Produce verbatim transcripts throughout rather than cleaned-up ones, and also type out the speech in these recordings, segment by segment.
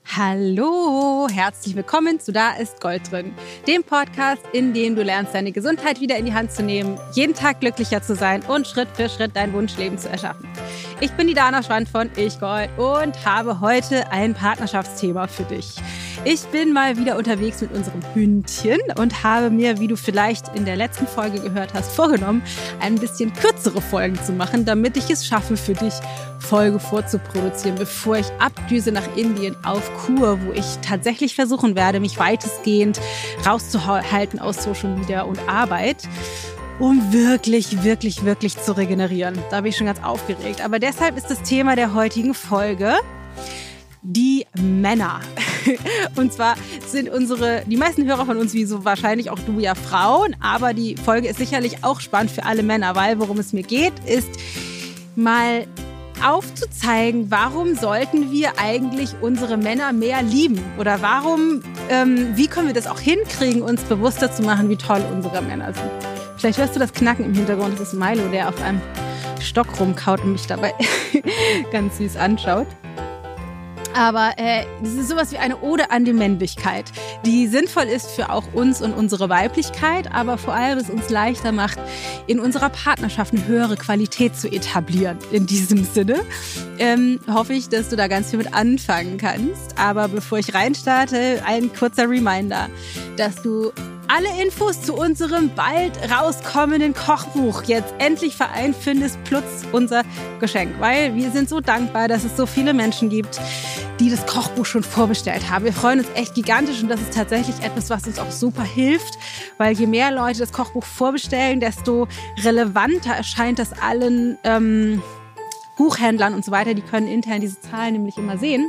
Hallo, herzlich willkommen zu Da ist Gold drin, dem Podcast, in dem du lernst, deine Gesundheit wieder in die Hand zu nehmen, jeden Tag glücklicher zu sein und Schritt für Schritt dein Wunschleben zu erschaffen. Ich bin die Dana Schwand von Ich Gold und habe heute ein Partnerschaftsthema für dich. Ich bin mal wieder unterwegs mit unserem Hündchen und habe mir, wie du vielleicht in der letzten Folge gehört hast, vorgenommen, ein bisschen kürzere Folgen zu machen, damit ich es schaffe, für dich Folge vorzuproduzieren, bevor ich abdüse nach Indien auf Kur, wo ich tatsächlich versuchen werde, mich weitestgehend rauszuhalten aus Social Media und Arbeit, um wirklich, wirklich, wirklich zu regenerieren. Da bin ich schon ganz aufgeregt. Aber deshalb ist das Thema der heutigen Folge die Männer. Und zwar sind unsere, die meisten Hörer von uns, wie so wahrscheinlich auch du, ja Frauen, aber die Folge ist sicherlich auch spannend für alle Männer, weil worum es mir geht, ist mal aufzuzeigen, warum sollten wir eigentlich unsere Männer mehr lieben? Oder warum, ähm, wie können wir das auch hinkriegen, uns bewusster zu machen, wie toll unsere Männer sind? Vielleicht hörst du das Knacken im Hintergrund, das ist Milo, der auf einem Stock rumkaut und mich dabei ganz süß anschaut. Aber äh, das ist sowas wie eine Ode an die Männlichkeit, die sinnvoll ist für auch uns und unsere Weiblichkeit, aber vor allem es uns leichter macht, in unserer Partnerschaft eine höhere Qualität zu etablieren. In diesem Sinne ähm, hoffe ich, dass du da ganz viel mit anfangen kannst. Aber bevor ich reinstarte, ein kurzer Reminder, dass du alle Infos zu unserem bald rauskommenden Kochbuch jetzt endlich vereint findest, plus unser Geschenk. Weil wir sind so dankbar, dass es so viele Menschen gibt, die das Kochbuch schon vorbestellt haben. Wir freuen uns echt gigantisch und das ist tatsächlich etwas, was uns auch super hilft, weil je mehr Leute das Kochbuch vorbestellen, desto relevanter erscheint das allen ähm, Buchhändlern und so weiter. Die können intern diese Zahlen nämlich immer sehen.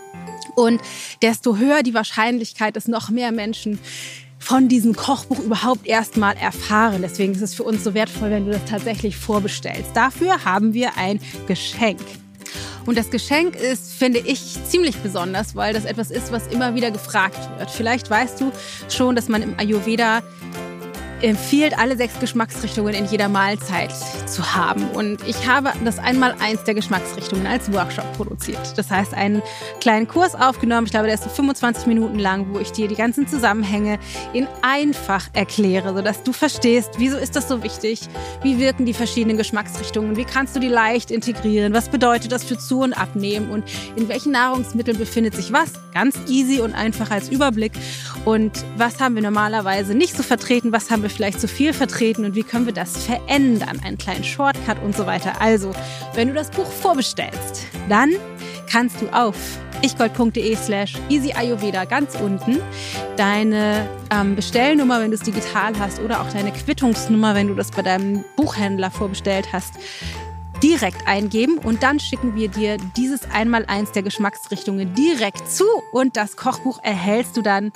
Und desto höher die Wahrscheinlichkeit, dass noch mehr Menschen von diesem Kochbuch überhaupt erstmal erfahren. Deswegen ist es für uns so wertvoll, wenn du das tatsächlich vorbestellst. Dafür haben wir ein Geschenk. Und das Geschenk ist, finde ich, ziemlich besonders, weil das etwas ist, was immer wieder gefragt wird. Vielleicht weißt du schon, dass man im Ayurveda empfiehlt, alle sechs Geschmacksrichtungen in jeder Mahlzeit zu haben. Und ich habe das Einmaleins der Geschmacksrichtungen als Workshop produziert. Das heißt, einen kleinen Kurs aufgenommen, ich glaube, der ist so fünfundzwanzig Minuten lang, wo ich dir die ganzen Zusammenhänge in einfach erkläre, sodass du verstehst, wieso ist das so wichtig, wie wirken die verschiedenen Geschmacksrichtungen, wie kannst du die leicht integrieren, was bedeutet das für Zu- und Abnehmen und in welchen Nahrungsmitteln befindet sich was, ganz easy und einfach als Überblick und was haben wir normalerweise nicht so vertreten, was haben wir vielleicht zu viel vertreten und wie können wir das verändern, einen kleinen Shortcut und so weiter. Also, wenn du das Buch vorbestellst, dann kannst du auf ichgold.de slash easyayurveda ganz unten deine ähm, Bestellnummer, wenn du es digital hast, oder auch deine Quittungsnummer, wenn du das bei deinem Buchhändler vorbestellt hast, direkt eingeben und dann schicken wir dir dieses Einmaleins der Geschmacksrichtungen direkt zu und das Kochbuch erhältst du dann,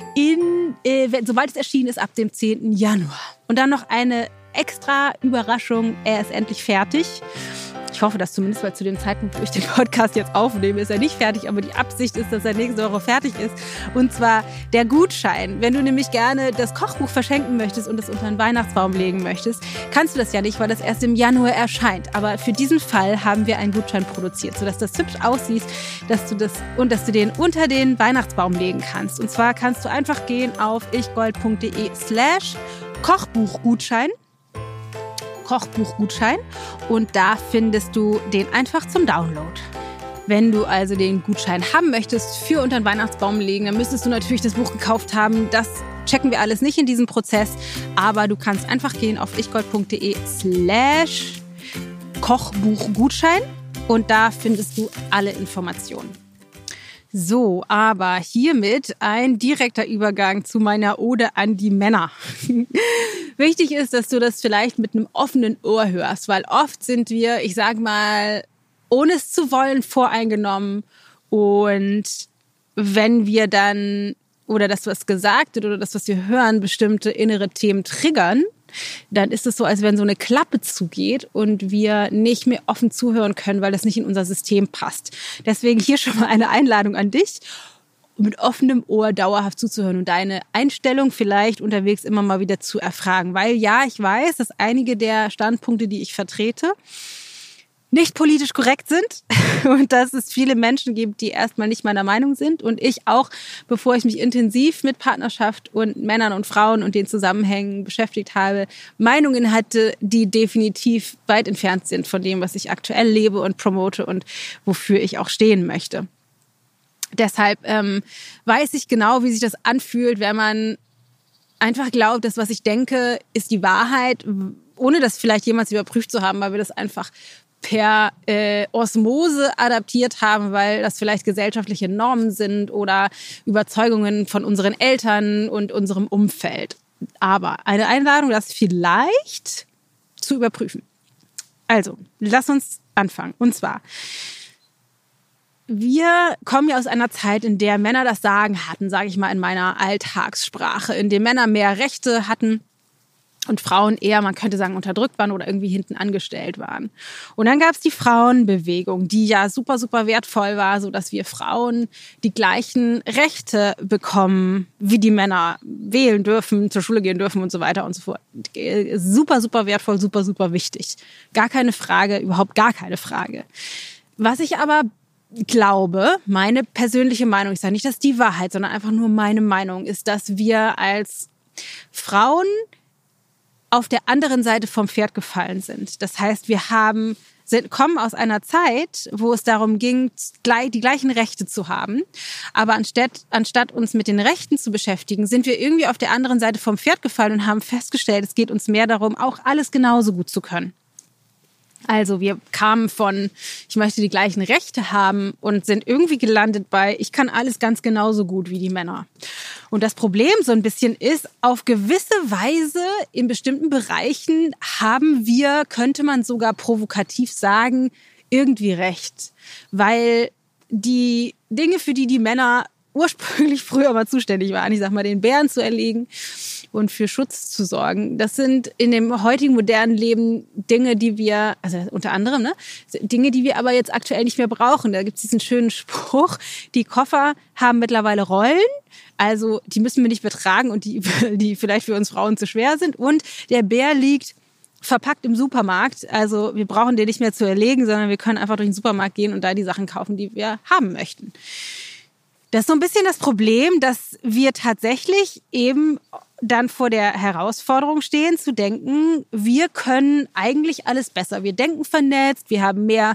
in, äh, sobald es erschienen ist, ab dem zehnten Januar. Und dann noch eine extra Überraschung, er ist endlich fertig. Ich hoffe, dass zumindest, weil zu dem Zeitpunkt, wo ich den Podcast jetzt aufnehme, ist er nicht fertig, aber die Absicht ist, dass er nächste Woche fertig ist. Und zwar der Gutschein. Wenn du nämlich gerne das Kochbuch verschenken möchtest und es unter den Weihnachtsbaum legen möchtest, kannst du das ja nicht, weil das erst im Januar erscheint. Aber für diesen Fall haben wir einen Gutschein produziert, sodass das hübsch aussieht, dass du das und dass du den unter den Weihnachtsbaum legen kannst. Und zwar kannst du einfach gehen auf ichgold.de slash Kochbuchgutschein. Kochbuchgutschein und da findest du den einfach zum Download. Wenn du also den Gutschein haben möchtest für unter den Weihnachtsbaum legen, dann müsstest du natürlich das Buch gekauft haben. Das checken wir alles nicht in diesem Prozess, aber du kannst einfach gehen auf ichgold.de slash Kochbuchgutschein und da findest du alle Informationen. So, aber hiermit ein direkter Übergang zu meiner Ode an die Männer. Wichtig ist, dass du das vielleicht mit einem offenen Ohr hörst, weil oft sind wir, ich sag mal, ohne es zu wollen, voreingenommen und wenn wir dann, oder das, was gesagt wird oder das, was wir hören, bestimmte innere Themen triggern, dann ist es so, als wenn so eine Klappe zugeht und wir nicht mehr offen zuhören können, weil das nicht in unser System passt. Deswegen hier schon mal eine Einladung an dich, mit offenem Ohr dauerhaft zuzuhören und deine Einstellung vielleicht unterwegs immer mal wieder zu erfragen. Weil ja, ich weiß, dass einige der Standpunkte, die ich vertrete, nicht politisch korrekt sind und dass es viele Menschen gibt, die erstmal nicht meiner Meinung sind und ich auch, bevor ich mich intensiv mit Partnerschaft und Männern und Frauen und den Zusammenhängen beschäftigt habe, Meinungen hatte, die definitiv weit entfernt sind von dem, was ich aktuell lebe und promote und wofür ich auch stehen möchte. Deshalb ähm, weiß ich genau, wie sich das anfühlt, wenn man einfach glaubt, dass was ich denke, ist die Wahrheit, ohne das vielleicht jemals überprüft zu haben, weil wir das einfach per äh, Osmose adaptiert haben, weil das vielleicht gesellschaftliche Normen sind oder Überzeugungen von unseren Eltern und unserem Umfeld. Aber eine Einladung, das vielleicht zu überprüfen. Also, lass uns anfangen. Und zwar, wir kommen ja aus einer Zeit, in der Männer das Sagen hatten, sage ich mal in meiner Alltagssprache, in der Männer mehr Rechte hatten und Frauen eher, man könnte sagen, unterdrückt waren oder irgendwie hinten angestellt waren. Und dann gab es die Frauenbewegung, die ja super, super wertvoll war, so dass wir Frauen die gleichen Rechte bekommen, wie die Männer wählen dürfen, zur Schule gehen dürfen und so weiter und so fort. Super, super wertvoll, super, super wichtig. Gar keine Frage, überhaupt gar keine Frage. Was ich aber glaube, meine persönliche Meinung, ich sage nicht, dass die Wahrheit, sondern einfach nur meine Meinung, ist, dass wir als Frauen auf der anderen Seite vom Pferd gefallen sind. Das heißt, wir haben, sind, kommen aus einer Zeit, wo es darum ging, die gleichen Rechte zu haben. Aber anstatt, anstatt uns mit den Rechten zu beschäftigen, sind wir irgendwie auf der anderen Seite vom Pferd gefallen und haben festgestellt, es geht uns mehr darum, auch alles genauso gut zu können. Also wir kamen von, ich möchte die gleichen Rechte haben und sind irgendwie gelandet bei, ich kann alles ganz genauso gut wie die Männer. Und das Problem so ein bisschen ist, auf gewisse Weise in bestimmten Bereichen haben wir, könnte man sogar provokativ sagen, irgendwie recht. Weil die Dinge, für die die Männer ursprünglich früher mal zuständig waren, ich sag mal, den Bären zu erlegen und für Schutz zu sorgen. Das sind in dem heutigen modernen Leben Dinge, die wir, also unter anderem, ne, Dinge, die wir aber jetzt aktuell nicht mehr brauchen. Da gibt es diesen schönen Spruch, die Koffer haben mittlerweile Rollen, also die müssen wir nicht betragen und die, die vielleicht für uns Frauen zu schwer sind. Und der Bär liegt verpackt im Supermarkt, also wir brauchen den nicht mehr zu erlegen, sondern wir können einfach durch den Supermarkt gehen und da die Sachen kaufen, die wir haben möchten. Das ist so ein bisschen das Problem, dass wir tatsächlich eben dann vor der Herausforderung stehen, zu denken, wir können eigentlich alles besser. Wir denken vernetzt, wir haben mehr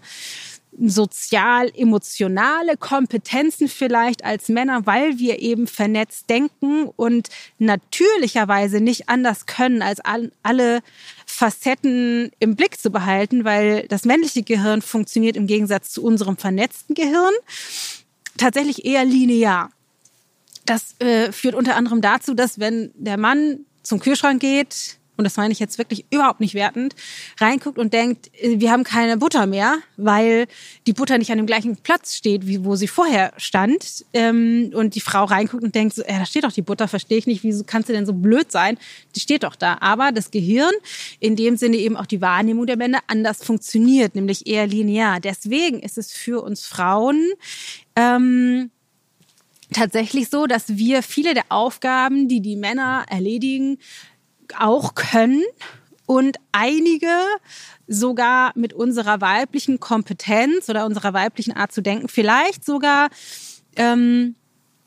sozial-emotionale Kompetenzen vielleicht als Männer, weil wir eben vernetzt denken und natürlicherweise nicht anders können, als alle Facetten im Blick zu behalten, weil das männliche Gehirn funktioniert im Gegensatz zu unserem vernetzten Gehirn tatsächlich eher linear. Das äh, führt unter anderem dazu, dass wenn der Mann zum Kühlschrank geht, und das meine ich jetzt wirklich überhaupt nicht wertend, reinguckt und denkt, wir haben keine Butter mehr, weil die Butter nicht an dem gleichen Platz steht, wie wo sie vorher stand. Ähm, und die Frau reinguckt und denkt, so, ja, da steht doch die Butter, verstehe ich nicht, wieso kannst du denn so blöd sein? Die steht doch da. Aber das Gehirn, in dem Sinne eben auch die Wahrnehmung der Männer, anders funktioniert, nämlich eher linear. Deswegen ist es für uns Frauen ähm, tatsächlich so, dass wir viele der Aufgaben, die die Männer erledigen, auch können und einige sogar mit unserer weiblichen Kompetenz oder unserer weiblichen Art zu denken vielleicht sogar ähm,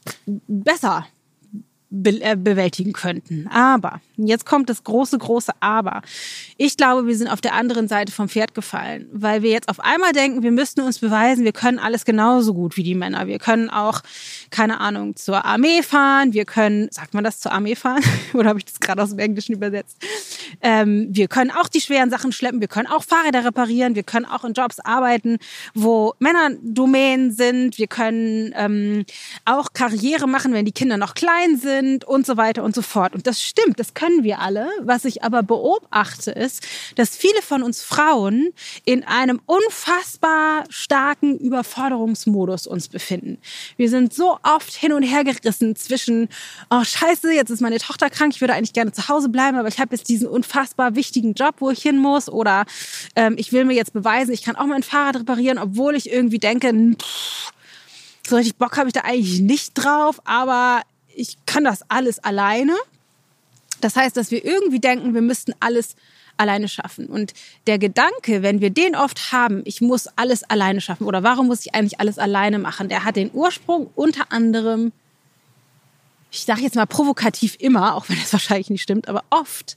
besser be- äh, bewältigen könnten. Aber, jetzt kommt das große, große Aber. Ich glaube, wir sind auf der anderen Seite vom Pferd gefallen, weil wir jetzt auf einmal denken, wir müssten uns beweisen, wir können alles genauso gut wie die Männer. Wir können auch, keine Ahnung, zur Armee fahren, wir können, sagt man das, zur Armee fahren? Oder habe ich das gerade aus dem Englischen übersetzt? Ähm, wir können auch die schweren Sachen schleppen, wir können auch Fahrräder reparieren, wir können auch in Jobs arbeiten, wo Männer Domänen sind, wir können ähm, auch Karriere machen, wenn die Kinder noch klein sind und so weiter und so fort. Und das stimmt, das können wir alle. Was ich aber beobachte, ist, dass viele von uns Frauen in einem unfassbar starken Überforderungsmodus uns befinden. Wir sind so oft hin und her gerissen zwischen, oh scheiße, jetzt ist meine Tochter krank, ich würde eigentlich gerne zu Hause bleiben, aber ich habe jetzt diesen unfassbar wichtigen Job, wo ich hin muss. Oder ähm, ich will mir jetzt beweisen, ich kann auch mein Fahrrad reparieren, obwohl ich irgendwie denke, pff, so richtig Bock habe ich da eigentlich nicht drauf, aber ich kann das alles alleine. Das heißt, dass wir irgendwie denken, wir müssten alles alleine schaffen. Und der Gedanke, wenn wir den oft haben, ich muss alles alleine schaffen oder warum muss ich eigentlich alles alleine machen, der hat den Ursprung unter anderem, ich sage jetzt mal provokativ immer, auch wenn das wahrscheinlich nicht stimmt, aber oft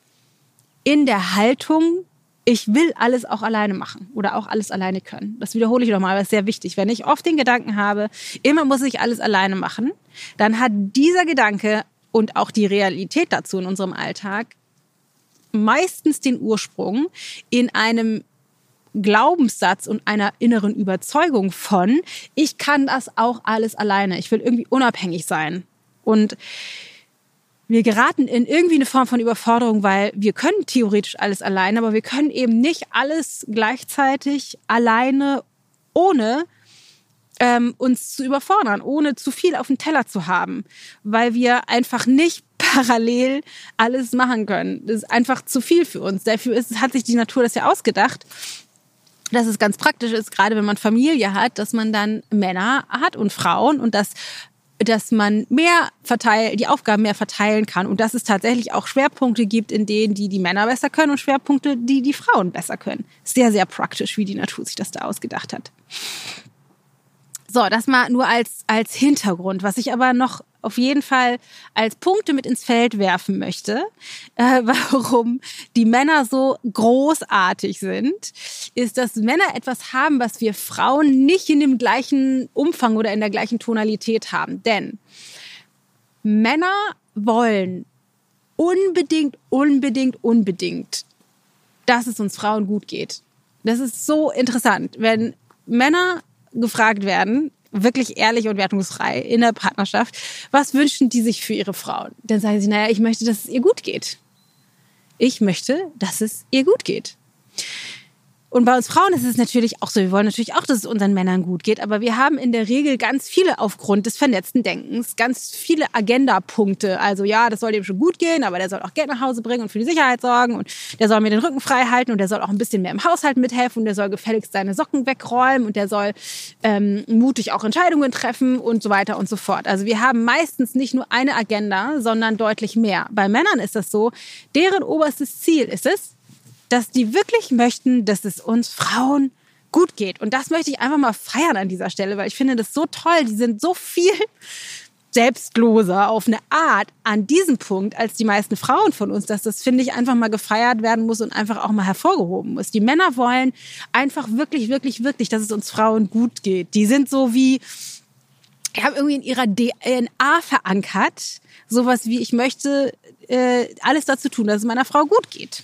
in der Haltung, ich will alles auch alleine machen oder auch alles alleine können. Das wiederhole ich nochmal, aber ist sehr wichtig. Wenn ich oft den Gedanken habe, immer muss ich alles alleine machen, dann hat dieser Gedanke und auch die Realität dazu in unserem Alltag meistens den Ursprung in einem Glaubenssatz und einer inneren Überzeugung von, ich kann das auch alles alleine. Ich will irgendwie unabhängig sein. Und wir geraten in irgendwie eine Form von Überforderung, weil wir können theoretisch alles alleine, aber wir können eben nicht alles gleichzeitig alleine, ohne ähm, uns zu überfordern, ohne zu viel auf dem Teller zu haben, weil wir einfach nicht parallel alles machen können. Das ist einfach zu viel für uns. Dafür ist, hat sich die Natur das ja ausgedacht, dass es ganz praktisch ist, gerade wenn man Familie hat, dass man dann Männer hat und Frauen und dass dass man mehr verteilen, die Aufgaben mehr verteilen kann und dass es tatsächlich auch Schwerpunkte gibt, in denen die die Männer besser können und Schwerpunkte, die die Frauen besser können. Sehr, sehr praktisch, wie die Natur sich das da ausgedacht hat. So, das mal nur als, als Hintergrund. Was ich aber noch auf jeden Fall als Punkte mit ins Feld werfen möchte, äh, warum die Männer so großartig sind, ist, dass Männer etwas haben, was wir Frauen nicht in dem gleichen Umfang oder in der gleichen Tonalität haben. Denn Männer wollen unbedingt, unbedingt, unbedingt, dass es uns Frauen gut geht. Das ist so interessant, wenn Männer gefragt werden, wirklich ehrlich und wertungsfrei in der Partnerschaft, was wünschen die sich für ihre Frauen? Dann sagen sie, naja, ich möchte, dass es ihr gut geht. Ich möchte, dass es ihr gut geht. Und bei uns Frauen ist es natürlich auch so, wir wollen natürlich auch, dass es unseren Männern gut geht, aber wir haben in der Regel ganz viele aufgrund des vernetzten Denkens, ganz viele Agendapunkte. Also ja, das soll dem schon gut gehen, aber der soll auch Geld nach Hause bringen und für die Sicherheit sorgen und der soll mir den Rücken frei halten und der soll auch ein bisschen mehr im Haushalt mithelfen und der soll gefälligst seine Socken wegräumen und der soll ähm, mutig auch Entscheidungen treffen und so weiter und so fort. Also wir haben meistens nicht nur eine Agenda, sondern deutlich mehr. Bei Männern ist das so, deren oberstes Ziel ist es, dass die wirklich möchten, dass es uns Frauen gut geht. Und das möchte ich einfach mal feiern an dieser Stelle, weil ich finde das so toll. Die sind so viel selbstloser auf eine Art an diesem Punkt als die meisten Frauen von uns, dass das, finde ich, einfach mal gefeiert werden muss und einfach auch mal hervorgehoben muss. Die Männer wollen einfach wirklich, wirklich, wirklich, dass es uns Frauen gut geht. Die sind so wie, die haben irgendwie in ihrer D N A verankert, sowas wie, ich möchte äh, alles dazu tun, dass es meiner Frau gut geht.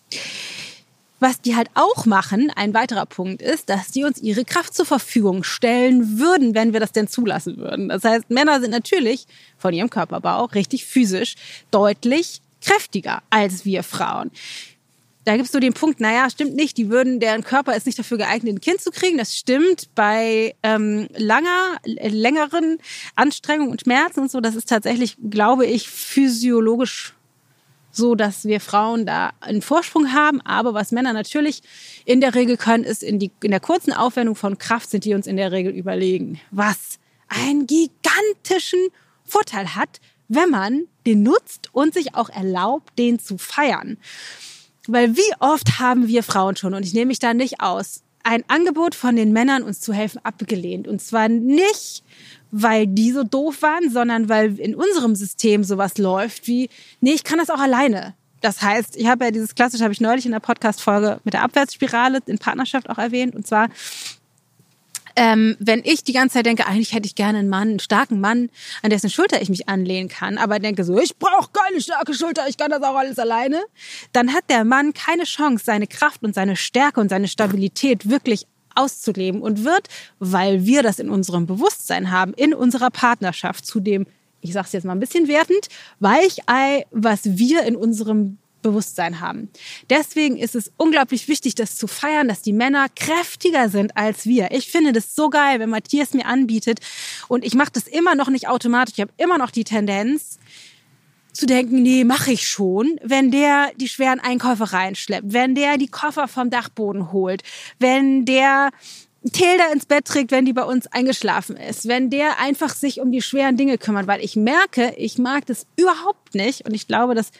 Was die halt auch machen, ein weiterer Punkt ist, dass die uns ihre Kraft zur Verfügung stellen würden, wenn wir das denn zulassen würden. Das heißt, Männer sind natürlich von ihrem Körperbau richtig physisch deutlich kräftiger als wir Frauen. Da gibt's so den Punkt, naja, stimmt nicht, die würden, deren Körper ist nicht dafür geeignet, ein Kind zu kriegen. Das stimmt bei ähm, langer, längeren Anstrengungen und Schmerzen und so. Das ist tatsächlich, glaube ich, physiologisch so, dass wir Frauen da einen Vorsprung haben. Aber was Männer natürlich in der Regel können, ist in, die, in der kurzen Aufwendung von Kraft sind die uns in der Regel überlegen. Was einen gigantischen Vorteil hat, wenn man den nutzt und sich auch erlaubt, den zu feiern. Weil wie oft haben wir Frauen schon, und ich nehme mich da nicht aus, ein Angebot von den Männern, uns zu helfen, abgelehnt. Und zwar nicht, weil die so doof waren, sondern weil in unserem System sowas läuft wie, nee, ich kann das auch alleine. Das heißt, ich habe ja dieses klassische, habe ich neulich in der Podcast-Folge mit der Abwärtsspirale in Partnerschaft auch erwähnt. Und zwar, ähm, wenn ich die ganze Zeit denke, eigentlich hätte ich gerne einen Mann, einen starken Mann, an dessen Schulter ich mich anlehnen kann, aber denke so, ich brauche keine starke Schulter, ich kann das auch alles alleine, dann hat der Mann keine Chance, seine Kraft und seine Stärke und seine Stabilität wirklich auszuleben und wird, weil wir das in unserem Bewusstsein haben, in unserer Partnerschaft zu dem, ich sage es jetzt mal ein bisschen wertend, Weichei, was wir in unserem Bewusstsein haben. Deswegen ist es unglaublich wichtig, das zu feiern, dass die Männer kräftiger sind als wir. Ich finde das so geil, wenn Matthias mir anbietet und ich mache das immer noch nicht automatisch. Ich habe immer noch die Tendenz zu denken, nee, mache ich schon, wenn der die schweren Einkäufe reinschleppt, wenn der die Koffer vom Dachboden holt, wenn der Tilda ins Bett trägt, wenn die bei uns eingeschlafen ist, wenn der einfach sich um die schweren Dinge kümmert, weil ich merke, ich mag das überhaupt nicht und ich glaube, das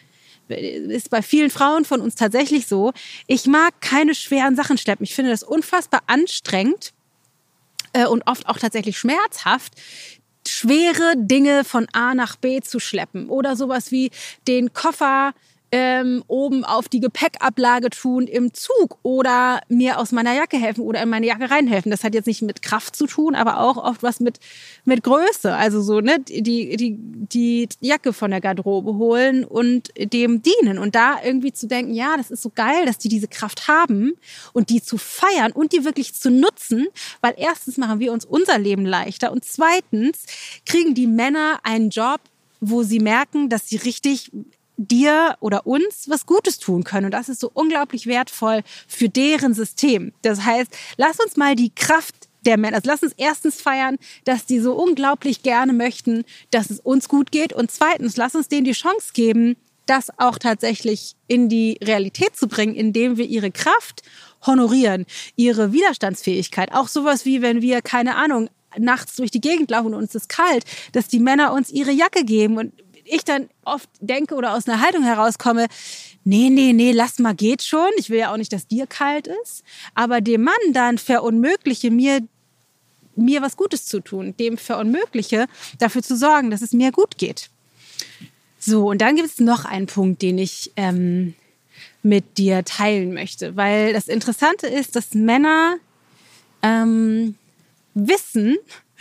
ist bei vielen Frauen von uns tatsächlich so. Ich mag keine schweren Sachen schleppen. Ich finde das unfassbar anstrengend äh, und oft auch tatsächlich schmerzhaft, schwere Dinge von A nach B zu schleppen oder sowas wie den Koffer ähm, oben auf die Gepäckablage tun im Zug oder mir aus meiner Jacke helfen oder in meine Jacke reinhelfen. Das hat jetzt nicht mit Kraft zu tun, aber auch oft was mit mit Größe. Also so, ne, die die die Jacke von der Garderobe holen und dem dienen und da irgendwie zu denken, ja, das ist so geil, dass die diese Kraft haben und die zu feiern und die wirklich zu nutzen, weil erstens machen wir uns unser Leben leichter und zweitens kriegen die Männer einen Job, wo sie merken, dass sie richtig dir oder uns was Gutes tun können. Und das ist so unglaublich wertvoll für deren System. Das heißt, lass uns mal die Kraft der Männer, also lass uns erstens feiern, dass die so unglaublich gerne möchten, dass es uns gut geht. Und zweitens, lass uns denen die Chance geben, das auch tatsächlich in die Realität zu bringen, indem wir ihre Kraft honorieren, ihre Widerstandsfähigkeit. Auch sowas wie, wenn wir, keine Ahnung, nachts durch die Gegend laufen und uns ist kalt, dass die Männer uns ihre Jacke geben und ich dann oft denke oder aus einer Haltung herauskomme, nee, nee, nee, lass mal, geht schon. Ich will ja auch nicht, dass dir kalt ist. Aber dem Mann dann verunmögliche, mir, mir was Gutes zu tun. Dem verunmögliche, dafür zu sorgen, dass es mir gut geht. So, und dann gibt es noch einen Punkt, den ich ähm, mit dir teilen möchte. Weil das Interessante ist, dass Männer ähm, wissen,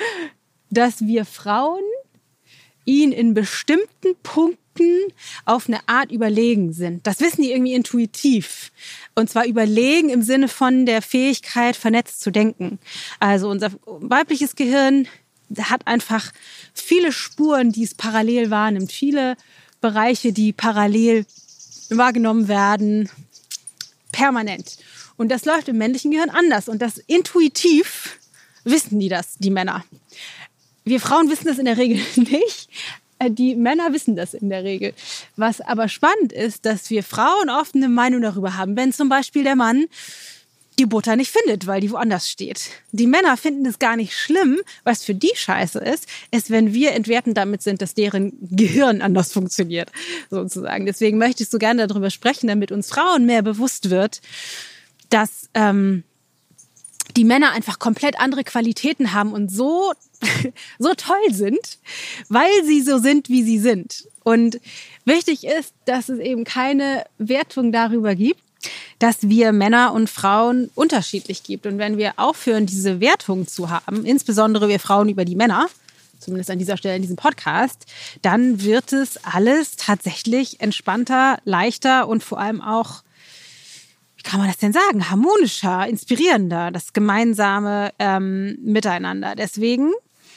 dass wir Frauen ihnen in bestimmten Punkten auf eine Art überlegen sind. Das wissen die irgendwie intuitiv. Und zwar überlegen im Sinne von der Fähigkeit, vernetzt zu denken. Also unser weibliches Gehirn hat einfach viele Spuren, die es parallel wahrnimmt. Viele Bereiche, die parallel wahrgenommen werden, permanent. Und das läuft im männlichen Gehirn anders. Und das intuitiv wissen die das, die Männer. Wir Frauen wissen das in der Regel nicht. Die Männer wissen das in der Regel. Was aber spannend ist, dass wir Frauen oft eine Meinung darüber haben, wenn zum Beispiel der Mann die Butter nicht findet, weil die woanders steht. Die Männer finden es gar nicht schlimm. Was für die scheiße ist, ist, wenn wir entwertend damit sind, dass deren Gehirn anders funktioniert, sozusagen. Deswegen möchte ich so gerne darüber sprechen, damit uns Frauen mehr bewusst wird, dass ähm, die Männer einfach komplett andere Qualitäten haben und so so toll sind, weil sie so sind, wie sie sind. Und wichtig ist, dass es eben keine Wertung darüber gibt, dass wir Männer und Frauen unterschiedlich gibt. Und wenn wir aufhören, diese Wertung zu haben, insbesondere wir Frauen über die Männer, zumindest an dieser Stelle in diesem Podcast, dann wird es alles tatsächlich entspannter, leichter und vor allem auch, wie kann man das denn sagen, harmonischer, inspirierender, das gemeinsame ähm, Miteinander. Deswegen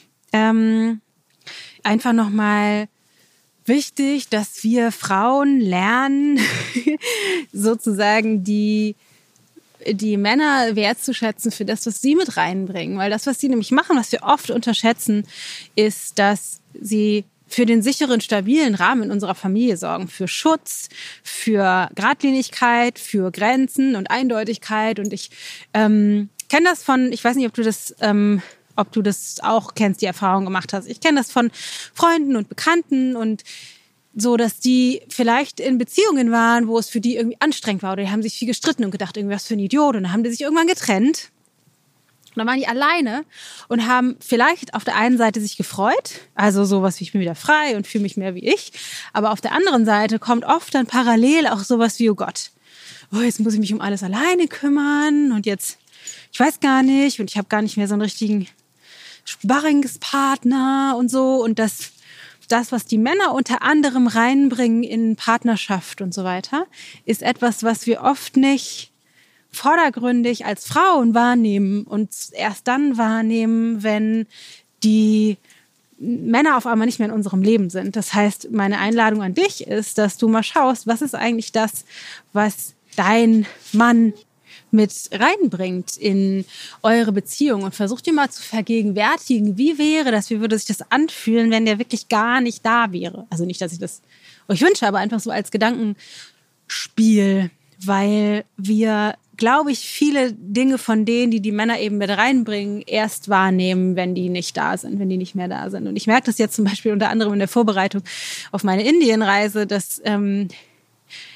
ähm, einfach nochmal wichtig, dass wir Frauen lernen, sozusagen die, die Männer wertzuschätzen für das, was sie mit reinbringen. Weil das, was sie nämlich machen, was wir oft unterschätzen, ist, dass sie für den sicheren, stabilen Rahmen in unserer Familie sorgen. Für Schutz, für Geradlinigkeit, für Grenzen und Eindeutigkeit. Und ich ähm, kenne das von, ich weiß nicht, ob du das... Ähm, ob du das auch kennst, die Erfahrung gemacht hast. Ich kenne das von Freunden und Bekannten und so, dass die vielleicht in Beziehungen waren, wo es für die irgendwie anstrengend war oder die haben sich viel gestritten und gedacht, irgendwie was für ein Idiot und dann haben die sich irgendwann getrennt und dann waren die alleine und haben vielleicht auf der einen Seite sich gefreut, also sowas wie ich bin wieder frei und fühle mich mehr wie ich, aber auf der anderen Seite kommt oft dann parallel auch sowas wie, oh Gott, oh, jetzt muss ich mich um alles alleine kümmern und jetzt, ich weiß gar nicht und ich habe gar nicht mehr so einen richtigen Sparringspartner und so und das, das, was die Männer unter anderem reinbringen in Partnerschaft und so weiter, ist etwas, was wir oft nicht vordergründig als Frauen wahrnehmen und erst dann wahrnehmen, wenn die Männer auf einmal nicht mehr in unserem Leben sind. Das heißt, meine Einladung an dich ist, dass du mal schaust, was ist eigentlich das, was dein Mann mit reinbringt in eure Beziehung und versucht dir mal zu vergegenwärtigen, wie wäre das, wie würde sich das anfühlen, wenn der wirklich gar nicht da wäre. Also nicht, dass ich das euch wünsche, aber einfach so als Gedankenspiel, weil wir, glaube ich, viele Dinge von denen, die die Männer eben mit reinbringen, erst wahrnehmen, wenn die nicht da sind, wenn die nicht mehr da sind. Und ich merke das jetzt zum Beispiel unter anderem in der Vorbereitung auf meine Indienreise, dass ähm,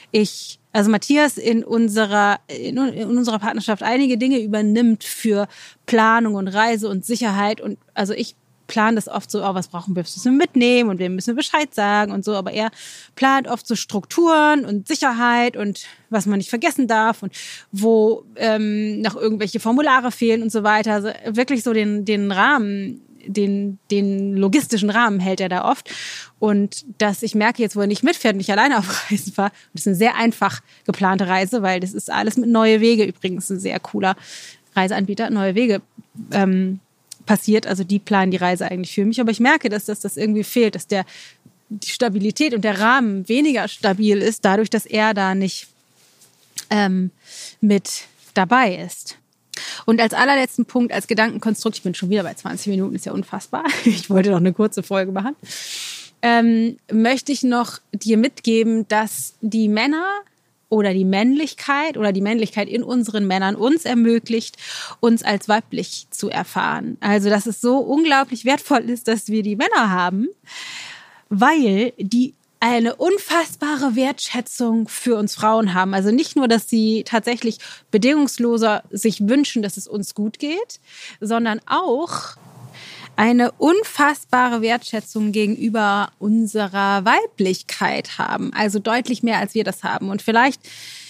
ich, also Matthias in unserer, in, in unserer Partnerschaft einige Dinge übernimmt für Planung und Reise und Sicherheit. Und also ich plane das oft so, oh, was brauchen wir, was müssen wir mitnehmen und wem müssen wir Bescheid sagen und so. Aber er plant oft so Strukturen und Sicherheit und was man nicht vergessen darf und wo ähm, noch irgendwelche Formulare fehlen und so weiter. Also wirklich so den, den Rahmen, den, den logistischen Rahmen hält er da oft. Und dass ich merke jetzt, wo er nicht mitfährt und ich alleine auf Reisen war, das ist eine sehr einfach geplante Reise, weil das ist alles mit Neue Wege, übrigens ein sehr cooler Reiseanbieter, Neue Wege ähm, passiert. Also die planen die Reise eigentlich für mich. Aber ich merke, dass das, das irgendwie fehlt, dass der, die Stabilität und der Rahmen weniger stabil ist, dadurch, dass er da nicht ähm, mit dabei ist. Und als allerletzten Punkt, als Gedankenkonstrukt, ich bin schon wieder bei zwanzig Minuten, ist ja unfassbar. Ich wollte noch eine kurze Folge machen. Ähm, möchte ich noch dir mitgeben, dass die Männer oder die Männlichkeit oder die Männlichkeit in unseren Männern uns ermöglicht, uns als weiblich zu erfahren. Also, dass es so unglaublich wertvoll ist, dass wir die Männer haben, weil die eine unfassbare Wertschätzung für uns Frauen haben. Also nicht nur, dass sie tatsächlich bedingungsloser sich wünschen, dass es uns gut geht, sondern auch eine unfassbare Wertschätzung gegenüber unserer Weiblichkeit haben. Also deutlich mehr, als wir das haben. Und vielleicht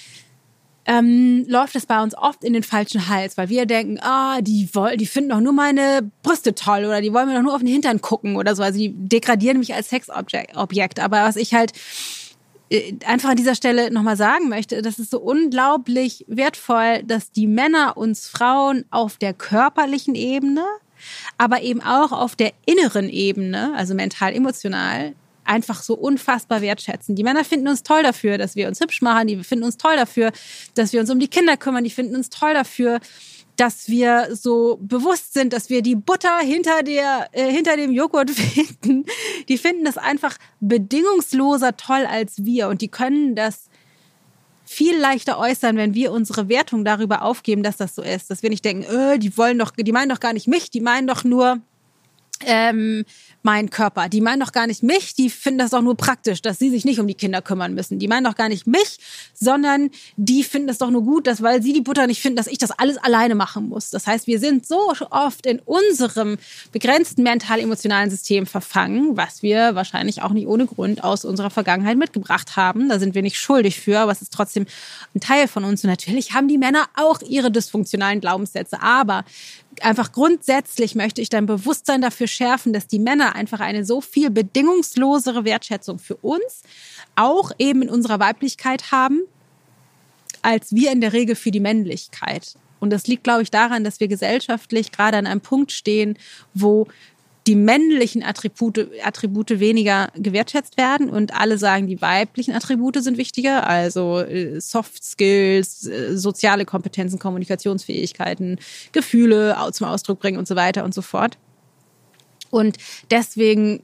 ähm, läuft es bei uns oft in den falschen Hals, weil wir denken, ah, die wollen, die finden doch nur meine Brüste toll oder die wollen mir doch nur auf den Hintern gucken oder so. Also die degradieren mich als Sexobjekt. Aber was ich halt einfach an dieser Stelle nochmal sagen möchte, das ist so unglaublich wertvoll, dass die Männer uns Frauen auf der körperlichen Ebene, aber eben auch auf der inneren Ebene, also mental, emotional, einfach so unfassbar wertschätzen. Die Männer finden uns toll dafür, dass wir uns hübsch machen, die finden uns toll dafür, dass wir uns um die Kinder kümmern, die finden uns toll dafür, dass wir so bewusst sind, dass wir die Butter hinter der äh, hinter dem Joghurt finden. Die finden das einfach bedingungsloser toll als wir und die können das viel leichter äußern, wenn wir unsere Wertung darüber aufgeben, dass das so ist. Dass wir nicht denken, äh, die wollen doch, die meinen doch gar nicht mich, die meinen doch nur ähm, meinen Körper. Die meinen doch gar nicht mich, die finden das doch nur praktisch, dass sie sich nicht um die Kinder kümmern müssen. Die meinen doch gar nicht mich, sondern die finden es doch nur gut, dass, weil sie die Butter nicht finden, dass ich das alles alleine machen muss. Das heißt, wir sind so oft in unserem begrenzten mental-emotionalen System verfangen, was wir wahrscheinlich auch nicht ohne Grund aus unserer Vergangenheit mitgebracht haben. Da sind wir nicht schuldig für, aber es ist trotzdem ein Teil von uns. Und natürlich haben die Männer auch ihre dysfunktionalen Glaubenssätze, aber einfach grundsätzlich möchte ich dein Bewusstsein dafür schärfen, dass die Männer einfach eine so viel bedingungslosere Wertschätzung für uns auch eben in unserer Weiblichkeit haben, als wir in der Regel für die Männlichkeit. Und das liegt, glaube ich, daran, dass wir gesellschaftlich gerade an einem Punkt stehen, wo die männlichen Attribute, Attribute weniger gewertschätzt werden und alle sagen, die weiblichen Attribute sind wichtiger, also Soft Skills, soziale Kompetenzen, Kommunikationsfähigkeiten, Gefühle zum Ausdruck bringen und so weiter und so fort. Und deswegen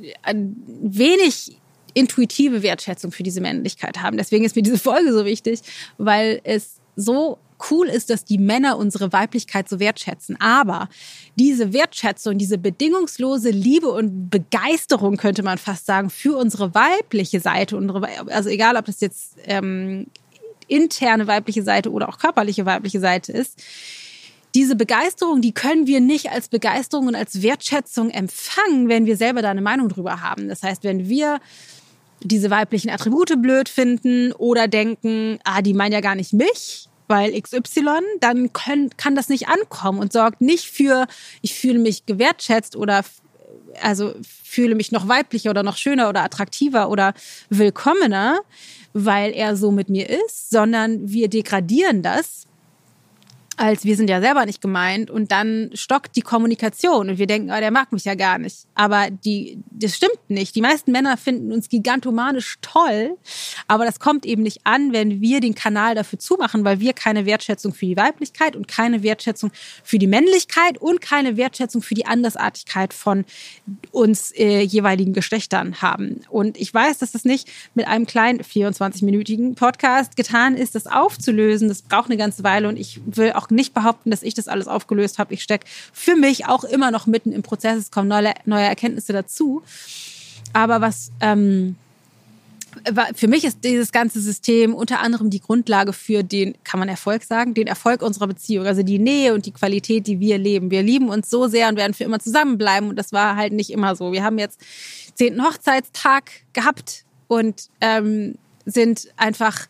wenig intuitive Wertschätzung für diese Männlichkeit haben. Deswegen ist mir diese Folge so wichtig, weil es so cool ist, dass die Männer unsere Weiblichkeit so wertschätzen. Aber diese Wertschätzung, diese bedingungslose Liebe und Begeisterung, könnte man fast sagen, für unsere weibliche Seite, unsere, also egal, ob das jetzt ähm, interne weibliche Seite oder auch körperliche weibliche Seite ist, diese Begeisterung, die können wir nicht als Begeisterung und als Wertschätzung empfangen, wenn wir selber da eine Meinung drüber haben. Das heißt, wenn wir diese weiblichen Attribute blöd finden oder denken, ah, die meinen ja gar nicht mich, weil X Y, dann können, kann das nicht ankommen und sorgt nicht für, ich fühle mich gewertschätzt oder also fühle mich noch weiblicher oder noch schöner oder attraktiver oder willkommener, weil er so mit mir ist, sondern wir degradieren das, als wir sind ja selber nicht gemeint und dann stockt die Kommunikation und wir denken, oh, der mag mich ja gar nicht. Aber die, das stimmt nicht. Die meisten Männer finden uns gigantomanisch toll, aber das kommt eben nicht an, wenn wir den Kanal dafür zumachen, weil wir keine Wertschätzung für die Weiblichkeit und keine Wertschätzung für die Männlichkeit und keine Wertschätzung für die Andersartigkeit von uns äh, jeweiligen Geschlechtern haben. Und ich weiß, dass das nicht mit einem kleinen vierundzwanzig-minütigen Podcast getan ist, das aufzulösen. Das braucht eine ganze Weile und ich will auch nicht behaupten, dass ich das alles aufgelöst habe. Ich stecke für mich auch immer noch mitten im Prozess. Es kommen neue, neue Erkenntnisse dazu. Aber was ähm, Für mich ist dieses ganze System unter anderem die Grundlage für den, kann man Erfolg sagen, den Erfolg unserer Beziehung. Also die Nähe und die Qualität, die wir leben. Wir lieben uns so sehr und werden für immer zusammenbleiben. Und das war halt nicht immer so. Wir haben jetzt zehnten Hochzeitstag gehabt und ähm, sind einfach,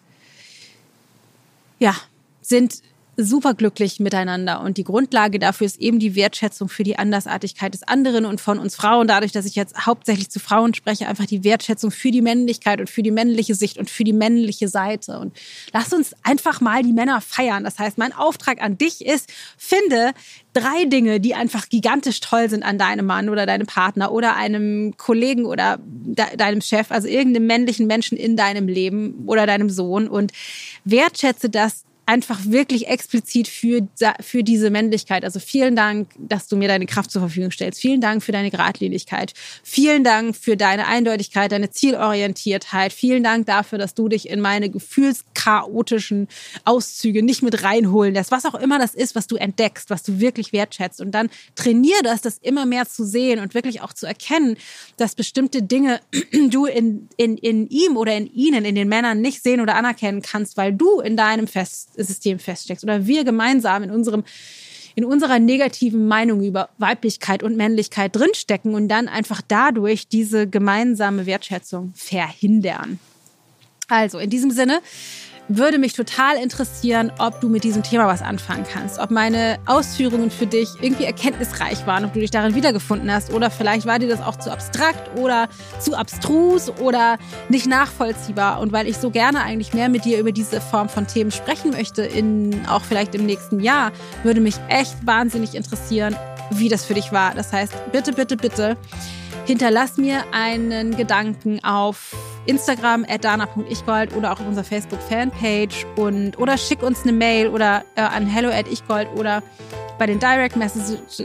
ja, sind super glücklich miteinander. Und die Grundlage dafür ist eben die Wertschätzung für die Andersartigkeit des anderen und von uns Frauen. Dadurch, dass ich jetzt hauptsächlich zu Frauen spreche, einfach die Wertschätzung für die Männlichkeit und für die männliche Sicht und für die männliche Seite. Und lass uns einfach mal die Männer feiern. Das heißt, mein Auftrag an dich ist, finde drei Dinge, die einfach gigantisch toll sind an deinem Mann oder deinem Partner oder einem Kollegen oder de- deinem Chef, also irgendeinem männlichen Menschen in deinem Leben oder deinem Sohn, und wertschätze das einfach wirklich explizit für, für diese Männlichkeit. Also vielen Dank, dass du mir deine Kraft zur Verfügung stellst. Vielen Dank für deine Geradlinigkeit. Vielen Dank für deine Eindeutigkeit, deine Zielorientiertheit. Vielen Dank dafür, dass du dich in meine gefühlschaotischen Auszüge nicht mit reinholen lässt. Was auch immer das ist, was du entdeckst, was du wirklich wertschätzt. Und dann trainier das, das immer mehr zu sehen und wirklich auch zu erkennen, dass bestimmte Dinge du in, in, in ihm oder in ihnen, in den Männern nicht sehen oder anerkennen kannst, weil du in deinem Fest System feststeckst oder wir gemeinsam in unserem in unserer negativen Meinung über Weiblichkeit und Männlichkeit drinstecken und dann einfach dadurch diese gemeinsame Wertschätzung verhindern. Also in diesem Sinne würde mich total interessieren, ob du mit diesem Thema was anfangen kannst, ob meine Ausführungen für dich irgendwie erkenntnisreich waren, ob du dich darin wiedergefunden hast oder vielleicht war dir das auch zu abstrakt oder zu abstrus oder nicht nachvollziehbar. Und weil ich so gerne eigentlich mehr mit dir über diese Form von Themen sprechen möchte, in, auch vielleicht im nächsten Jahr, würde mich echt wahnsinnig interessieren, wie das für dich war. Das heißt, bitte, bitte, bitte hinterlass mir einen Gedanken auf Instagram at dana punkt ichgold oder auch auf unserer Facebook-Fanpage und oder schick uns eine Mail oder äh, an hello at ichgold oder bei den Direct Messages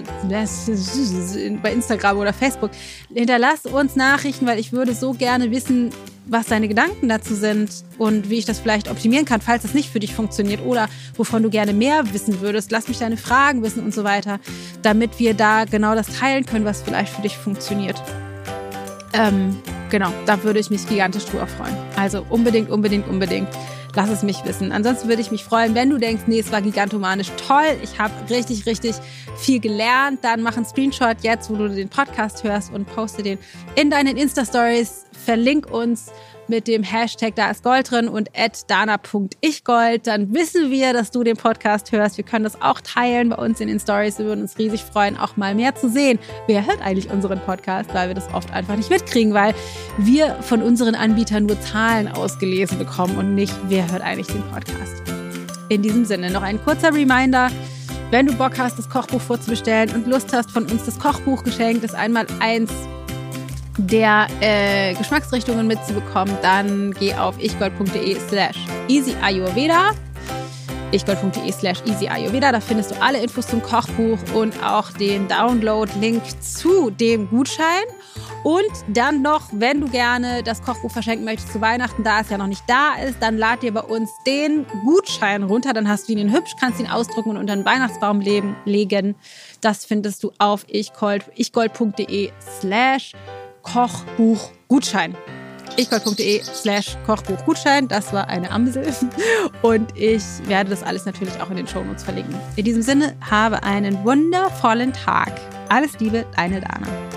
bei Instagram oder Facebook. Hinterlass uns Nachrichten, weil ich würde so gerne wissen, was deine Gedanken dazu sind und wie ich das vielleicht optimieren kann, falls das nicht für dich funktioniert oder wovon du gerne mehr wissen würdest. Lass mich deine Fragen wissen und so weiter, damit wir da genau das teilen können, was vielleicht für dich funktioniert. Ähm, genau, da würde ich mich gigantisch drüber freuen. Also unbedingt, unbedingt, unbedingt. Lass es mich wissen. Ansonsten würde ich mich freuen, wenn du denkst, nee, es war gigantomanisch toll, ich habe richtig, richtig viel gelernt, dann mach einen Screenshot jetzt, wo du den Podcast hörst und poste den in deinen Insta-Stories, verlink uns mit dem Hashtag da ist Gold drin und at dana punkt ichgold, dann wissen wir, dass du den Podcast hörst. Wir können das auch teilen bei uns in den Stories. Wir würden uns riesig freuen, auch mal mehr zu sehen. Wer hört eigentlich unseren Podcast? Weil wir das oft einfach nicht mitkriegen, weil wir von unseren Anbietern nur Zahlen ausgelesen bekommen und nicht, wer hört eigentlich den Podcast. In diesem Sinne noch ein kurzer Reminder. Wenn du Bock hast, das Kochbuch vorzubestellen und Lust hast, von uns das Kochbuch geschenkt, das einmal eins der äh, Geschmacksrichtungen mitzubekommen, dann geh auf ichgold.de slash easyayurveda ichgold.de slash easyayurveda. Da findest du alle Infos zum Kochbuch und auch den Download-Link zu dem Gutschein. Und dann noch, wenn du gerne das Kochbuch verschenken möchtest zu Weihnachten, da es ja noch nicht da ist, dann lad dir bei uns den Gutschein runter. Dann hast du ihn hübsch, kannst ihn ausdrucken und unter den Weihnachtsbaum legen. Das findest du auf ichgold, ichgold.de slash Kochbuchgutschein. ichgold.de slash Kochbuchgutschein. Das war eine Amsel. Und ich werde das alles natürlich auch in den Shownotes verlinken. In diesem Sinne, habe einen wundervollen Tag. Alles Liebe, deine Dana.